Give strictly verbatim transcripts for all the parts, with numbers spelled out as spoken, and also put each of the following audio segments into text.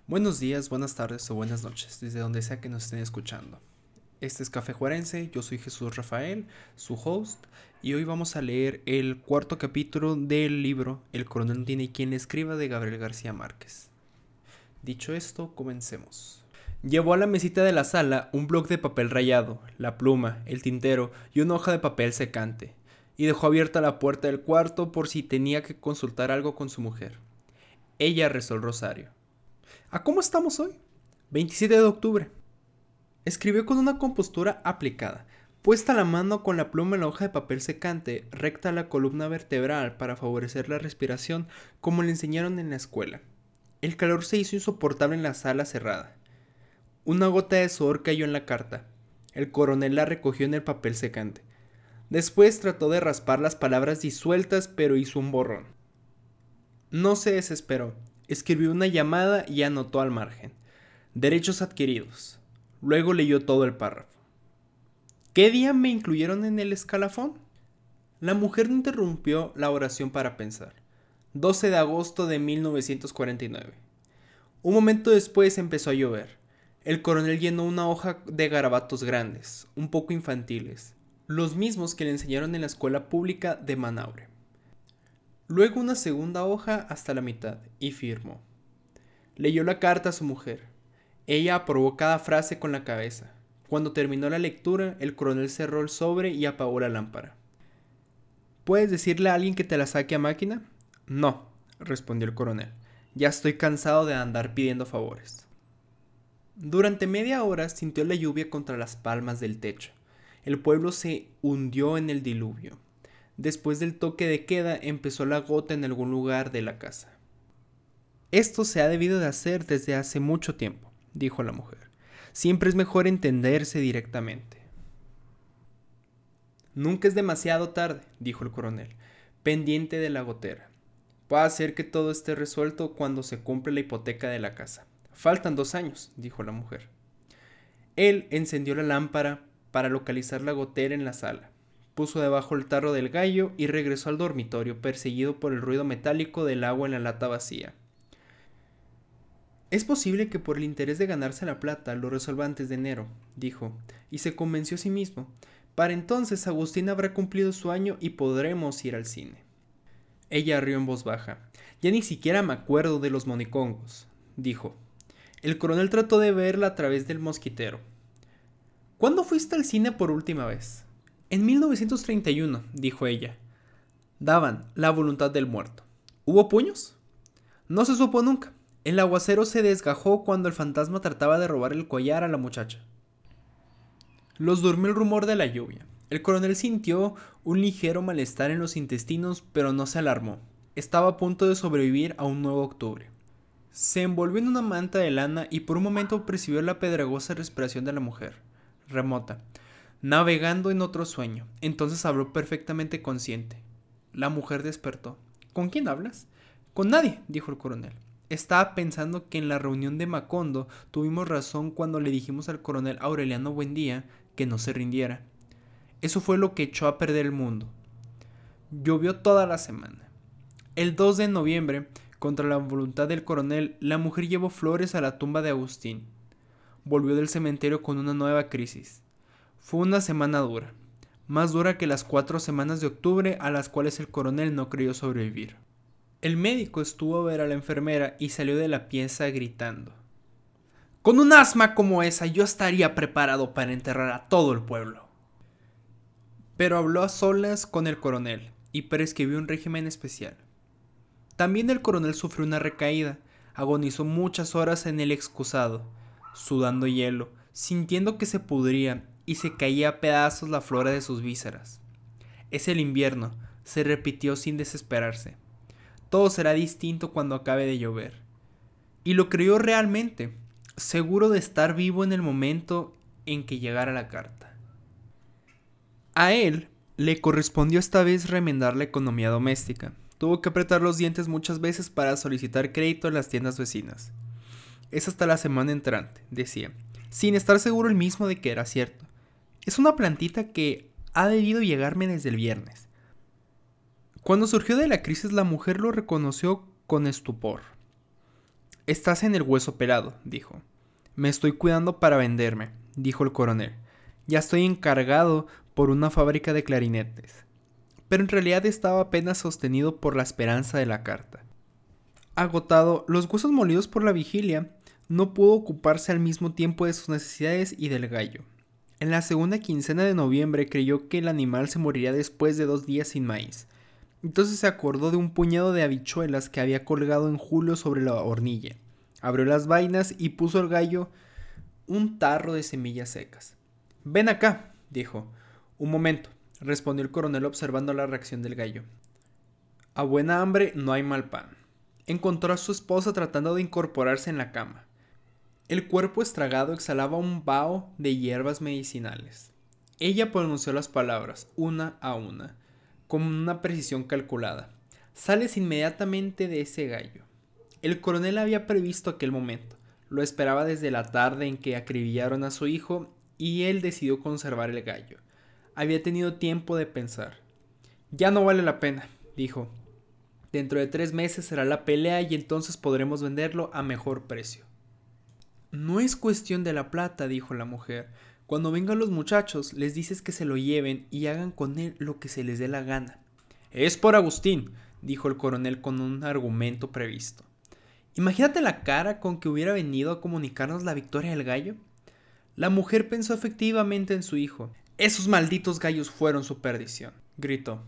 Buenos días, buenas tardes o buenas noches, desde donde sea que nos estén escuchando. Este es Café Juarense, yo soy Jesús Rafael, su host, y hoy vamos a leer el cuarto capítulo del libro El coronel no tiene quien le escriba de Gabriel García Márquez. Dicho esto, comencemos. Llevó a la mesita de la sala un bloc de papel rayado, la pluma, el tintero y una hoja de papel secante, y dejó abierta la puerta del cuarto por si tenía que consultar algo con su mujer. Ella rezó el rosario. ¿A cómo estamos hoy? veintisiete de octubre. Escribió con una compostura aplicada, puesta la mano con la pluma en la hoja de papel secante, recta a la columna vertebral para favorecer la respiración como le enseñaron en la escuela. El calor se hizo insoportable en la sala cerrada. Una gota de sudor cayó en la carta. El coronel la recogió en el papel secante. Después trató de raspar las palabras disueltas, pero hizo un borrón. No se desesperó. Escribió una llamada y anotó al margen: derechos adquiridos. Luego leyó todo el párrafo. ¿Qué día me incluyeron en el escalafón? La mujer no interrumpió la oración para pensar. doce de agosto de mil novecientos cuarenta y nueve. Un momento después empezó a llover. El coronel llenó una hoja de garabatos grandes, un poco infantiles, los mismos que le enseñaron en la escuela pública de Manaure. Luego una segunda hoja hasta la mitad y firmó. Leyó la carta a su mujer. Ella aprobó cada frase con la cabeza. Cuando terminó la lectura, el coronel cerró el sobre y apagó la lámpara. ¿Puedes decirle a alguien que te la saque a máquina? No, respondió el coronel. Ya estoy cansado de andar pidiendo favores. Durante media hora sintió la lluvia contra las palmas del techo. El pueblo se hundió en el diluvio. Después del toque de queda empezó la gota en algún lugar de la casa. Esto se ha debido de hacer desde hace mucho tiempo, dijo la mujer. Siempre es mejor entenderse directamente. Nunca es demasiado tarde, dijo el coronel, pendiente de la gotera. Puede ser que todo esté resuelto cuando se cumpla la hipoteca de la casa. Faltan dos años, dijo la mujer. Él encendió la lámpara para localizar la gotera en la sala. Puso debajo el tarro del gallo y regresó al dormitorio, perseguido por el ruido metálico del agua en la lata vacía. Es posible que por el interés de ganarse la plata lo resuelva antes de enero, dijo, y se convenció a sí mismo. Para entonces Agustín habrá cumplido su año y podremos ir al cine. Ella rió en voz baja. Ya ni siquiera me acuerdo de los monicongos, dijo. El coronel trató de verla a través del mosquitero. ¿Cuándo fuiste al cine por última vez? En mil novecientos treinta y uno, dijo ella. Daban La voluntad del muerto. ¿Hubo puños? No se supo nunca. El aguacero se desgajó cuando el fantasma trataba de robar el collar a la muchacha. Los durmió el rumor de la lluvia. El coronel sintió un ligero malestar en los intestinos, pero no se alarmó. Estaba a punto de sobrevivir a un nuevo octubre. Se envolvió en una manta de lana y por un momento percibió la pedregosa respiración de la mujer, remota, navegando en otro sueño. Entonces habló perfectamente consciente. La mujer despertó. ¿Con quién hablas? Con nadie, dijo el coronel. Estaba pensando que en la reunión de Macondo tuvimos razón cuando le dijimos al coronel Aureliano Buendía que no se rindiera. Eso fue lo que echó a perder el mundo. Llovió toda la semana. El dos de noviembre, contra la voluntad del coronel, la mujer llevó flores a la tumba de Agustín. Volvió del cementerio con una nueva crisis. Fue una semana dura, más dura que las cuatro semanas de octubre a las cuales el coronel no creyó sobrevivir. El médico estuvo a ver a la enfermera y salió de la pieza gritando. Con un asma como esa yo estaría preparado para enterrar a todo el pueblo. Pero habló a solas con el coronel y prescribió un régimen especial. También el coronel sufrió una recaída, agonizó muchas horas en el excusado, sudando hielo, sintiendo que se pudría y se caía a pedazos la flora de sus vísceras. Es el invierno, se repitió sin desesperarse. Todo será distinto cuando acabe de llover. Y lo creyó realmente, seguro de estar vivo en el momento en que llegara la carta. A él le correspondió esta vez remendar la economía doméstica. Tuvo que apretar los dientes muchas veces para solicitar crédito en las tiendas vecinas. Es hasta la semana entrante, decía, sin estar seguro él mismo de que era cierto. Es una plantita que ha debido llegarme desde el viernes. Cuando surgió de la crisis, la mujer lo reconoció con estupor. estás en el hueso pelado, dijo. Me estoy cuidando para venderme, dijo el coronel. Ya estoy encargado por una fábrica de clarinetes. Pero en realidad estaba apenas sostenido por la esperanza de la carta. Agotado, los huesos molidos por la vigilia, no pudo ocuparse al mismo tiempo de sus necesidades y del gallo. En la segunda quincena de noviembre creyó que el animal se moriría después de dos días sin maíz. Entonces se acordó de un puñado de habichuelas que había colgado en julio sobre la hornilla. Abrió las vainas y puso al gallo un tarro de semillas secas. «Ven acá», dijo. «Un momento», respondió el coronel observando la reacción del gallo. «A buena hambre no hay mal pan». Encontró a su esposa tratando de incorporarse en la cama. El cuerpo estragado exhalaba un vaho de hierbas medicinales. Ella pronunció las palabras, una a una, con una precisión calculada. «Sales inmediatamente de ese gallo». El coronel había previsto aquel momento. Lo esperaba desde la tarde en que acribillaron a su hijo y él decidió conservar el gallo. Había tenido tiempo de pensar. «Ya no vale la pena», dijo. «Dentro de tres meses será la pelea y entonces podremos venderlo a mejor precio». «No es cuestión de la plata», dijo la mujer. «Cuando vengan los muchachos, les dices que se lo lleven y hagan con él lo que se les dé la gana». «Es por Agustín», dijo el coronel con un argumento previsto. Imagínate la cara con que hubiera venido a comunicarnos la victoria del gallo. La mujer pensó efectivamente en su hijo. «Esos malditos gallos fueron su perdición», gritó.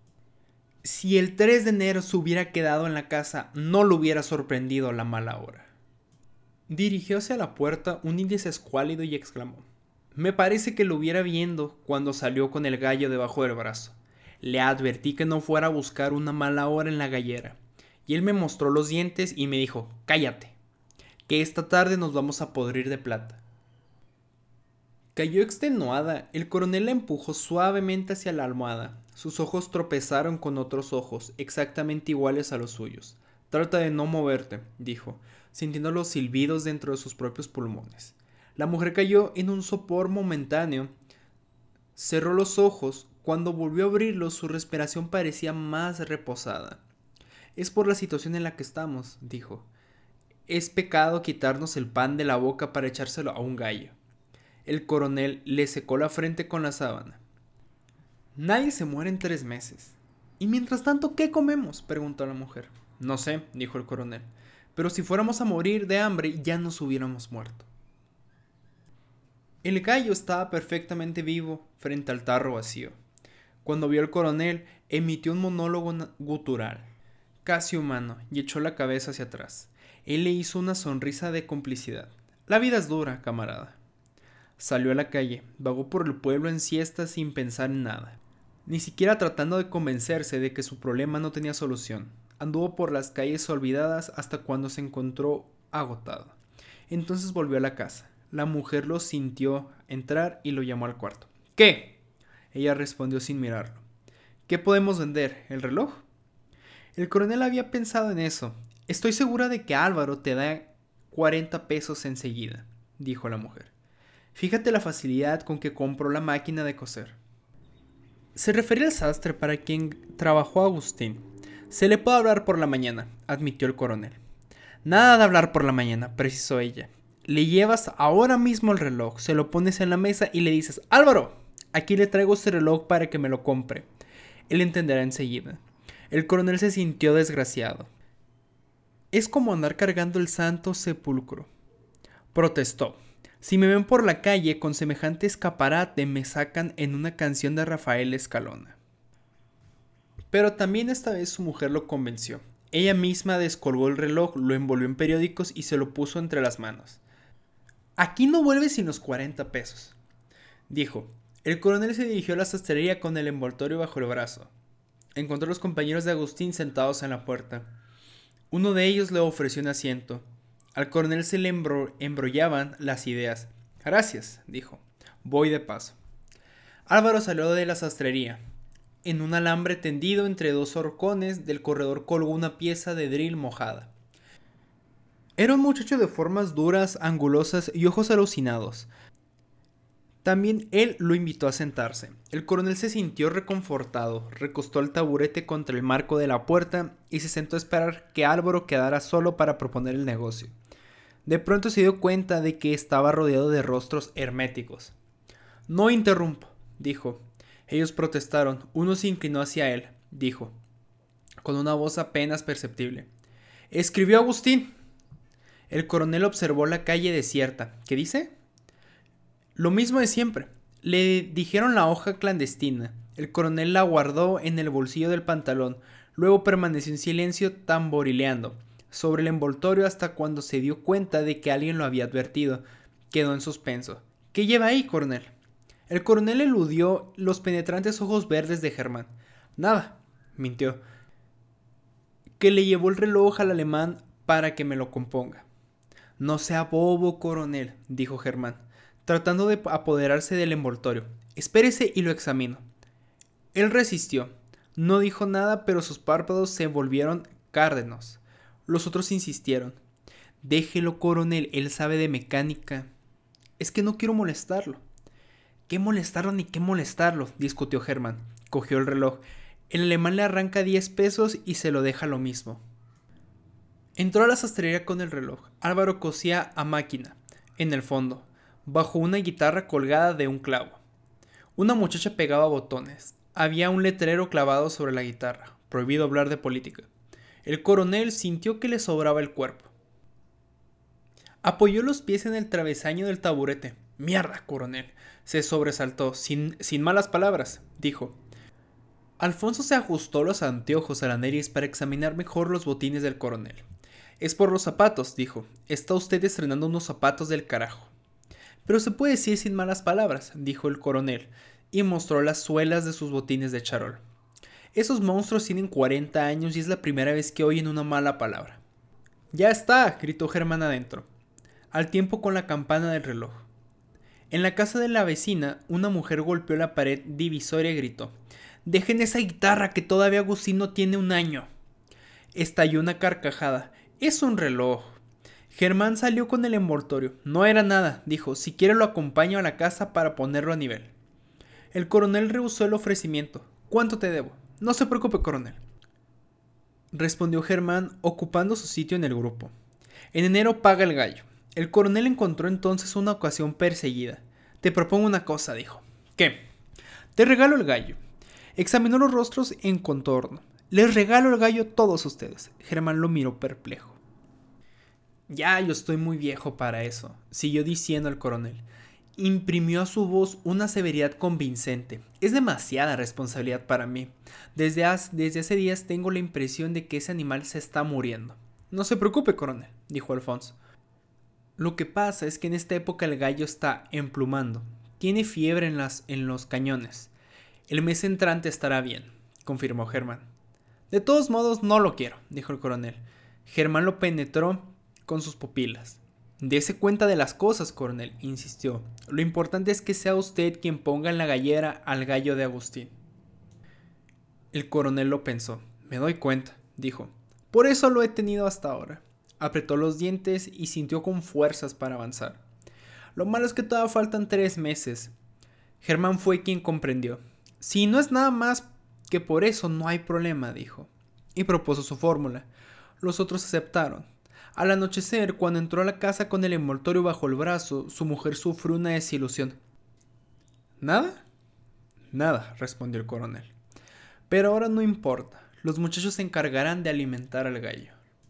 «Si el tres de enero se hubiera quedado en la casa, no lo hubiera sorprendido la mala hora». Dirigióse a la puerta un índice escuálido y exclamó: «Me parece que lo hubiera viendo cuando salió con el gallo debajo del brazo. Le advertí que no fuera a buscar una mala hora en la gallera. Y él me mostró los dientes y me dijo: cállate, que esta tarde nos vamos a podrir de plata». Cayó extenuada. El coronel la empujó suavemente hacia la almohada. Sus ojos tropezaron con otros ojos, exactamente iguales a los suyos. «Trata de no moverte», dijo, sintiendo los silbidos dentro de sus propios pulmones. La mujer cayó en un sopor momentáneo. Cerró los ojos. Cuando volvió a abrirlos, su respiración parecía más reposada. «Es por la situación en la que estamos», dijo. «Es pecado quitarnos el pan de la boca para echárselo a un gallo». El coronel le secó la frente con la sábana. «Nadie se muere en tres meses. ¿Y mientras tanto qué comemos?», preguntó la mujer. «No sé», dijo el coronel, «pero si fuéramos a morir de hambre ya nos hubiéramos muerto». El gallo estaba perfectamente vivo frente al tarro vacío. Cuando vio al coronel, emitió un monólogo gutural, casi humano, y echó la cabeza hacia atrás. Él le hizo una sonrisa de complicidad. «La vida es dura, camarada». Salió a la calle, vagó por el pueblo en siesta sin pensar en nada, ni siquiera tratando de convencerse de que su problema no tenía solución. Anduvo por las calles olvidadas hasta cuando se encontró agotado. Entonces volvió a la casa. La mujer lo sintió entrar y lo llamó al cuarto. «¿Qué?», ella respondió sin mirarlo. «¿Qué podemos vender? ¿El reloj?». El coronel había pensado en eso. «Estoy segura de que Álvaro te da cuarenta pesos enseguida», dijo la mujer. «Fíjate la facilidad con que compró la máquina de coser». Se refería al sastre para quien trabajó Agustín. «Se le puede hablar por la mañana», admitió el coronel. «Nada de hablar por la mañana», precisó ella. «Le llevas ahora mismo el reloj, se lo pones en la mesa y le dices: Álvaro, aquí le traigo este reloj para que me lo compre. Él entenderá enseguida». El coronel se sintió desgraciado. «Es como andar cargando el santo sepulcro», protestó. «Si me ven por la calle con semejante escaparate me sacan en una canción de Rafael Escalona». Pero también esta vez su mujer lo convenció. Ella misma descolgó el reloj, lo envolvió en periódicos y se lo puso entre las manos. «Aquí no vuelve sin los cuarenta pesos», dijo. El coronel se dirigió a la sastrería con el envoltorio bajo el brazo. Encontró a los compañeros de Agustín sentados en la puerta. Uno de ellos le ofreció un asiento. Al coronel se le embro- embrollaban las ideas. «Gracias», dijo. «Voy de paso». Álvaro salió de la sastrería. En un alambre tendido entre dos horcones del corredor colgó una pieza de dril mojada. Era un muchacho de formas duras, angulosas y ojos alucinados. También él lo invitó a sentarse. El coronel se sintió reconfortado, recostó el taburete contra el marco de la puerta y se sentó a esperar que Álvaro quedara solo para proponer el negocio. De pronto se dio cuenta de que estaba rodeado de rostros herméticos. «No interrumpo», dijo. Ellos protestaron. Uno se inclinó hacia él. Dijo, con una voz apenas perceptible: «Escribió Agustín». El coronel observó la calle desierta. «¿Qué dice?» «Lo mismo de siempre». Le dijeron la hoja clandestina. El coronel la guardó en el bolsillo del pantalón. Luego permaneció en silencio, tamborileando sobre el envoltorio hasta cuando se dio cuenta de que alguien lo había advertido. Quedó en suspenso. «¿Qué lleva ahí, coronel?» El coronel eludió los penetrantes ojos verdes de Germán. «Nada», mintió. «Que le llevó el reloj al alemán para que me lo componga». «No sea bobo, coronel», dijo Germán, tratando de apoderarse del envoltorio. «Espérese y lo examino». Él resistió. No dijo nada, pero sus párpados se volvieron cárdenos. Los otros insistieron. «Déjelo, coronel, él sabe de mecánica». «Es que no quiero molestarlo». «¿Qué molestarlo ni qué molestarlo?», discutió Germán. Cogió el reloj. El alemán le arranca diez pesos y se lo deja lo mismo. Entró a la sastrería con el reloj. Álvaro cosía a máquina, en el fondo, bajo una guitarra colgada de un clavo. Una muchacha pegaba botones. Había un letrero clavado sobre la guitarra: «Prohibido hablar de política». El coronel sintió que le sobraba el cuerpo. Apoyó los pies en el travesaño del taburete. «Mierda, coronel», se sobresaltó. Sin, sin malas palabras, dijo. Alfonso se ajustó los anteojos a la nariz para examinar mejor los botines del coronel. «Es por los zapatos», dijo. «Está usted estrenando unos zapatos del carajo». «Pero se puede decir sin malas palabras», dijo el coronel, y mostró las suelas de sus botines de charol. «Esos monstruos tienen cuarenta años y es la primera vez que oyen una mala palabra». «Ya está», gritó Germán adentro, al tiempo con la campana del reloj. En la casa de la vecina, una mujer golpeó la pared divisoria y gritó: «Dejen esa guitarra, que todavía Agustín no tiene un año». Estalló una carcajada. «Es un reloj». Germán salió con el envoltorio. «No era nada», dijo. «Si quiere lo acompaño a la casa para ponerlo a nivel». El coronel rehusó el ofrecimiento. «¿Cuánto te debo?» «No se preocupe, coronel», respondió Germán, ocupando su sitio en el grupo. «En enero paga el gallo». El coronel encontró entonces una ocasión perseguida. «Te propongo una cosa», dijo. «¿Qué?» «Te regalo el gallo». Examinó los rostros en contorno. «Les regalo el gallo a todos ustedes». Germán lo miró perplejo. «Ya, yo estoy muy viejo para eso», siguió diciendo el coronel. Imprimió a su voz una severidad convincente. «Es demasiada responsabilidad para mí. Desde hace, desde hace días tengo la impresión de que ese animal se está muriendo». «No se preocupe, coronel», dijo Alfonso. «Lo que pasa es que en esta época el gallo está emplumando. Tiene fiebre en, las, en los cañones. El mes entrante estará bien», confirmó Germán. «De todos modos, no lo quiero», dijo el coronel. Germán lo penetró con sus pupilas. «Dese cuenta de las cosas, coronel», insistió. «Lo importante es que sea usted quien ponga en la gallera al gallo de Agustín». El coronel lo pensó. «Me doy cuenta», dijo. «Por eso lo he tenido hasta ahora». Apretó los dientes y sintió con fuerzas para avanzar. «Lo malo es que todavía faltan tres meses». Germán fue quien comprendió. «Si no es nada más que por eso, no hay problema», dijo. Y propuso su fórmula. Los otros aceptaron. Al anochecer, cuando entró a la casa con el envoltorio bajo el brazo, su mujer sufrió una desilusión. «¿Nada?» «Nada», respondió el coronel. «Pero ahora no importa. Los muchachos se encargarán de alimentar al gallo».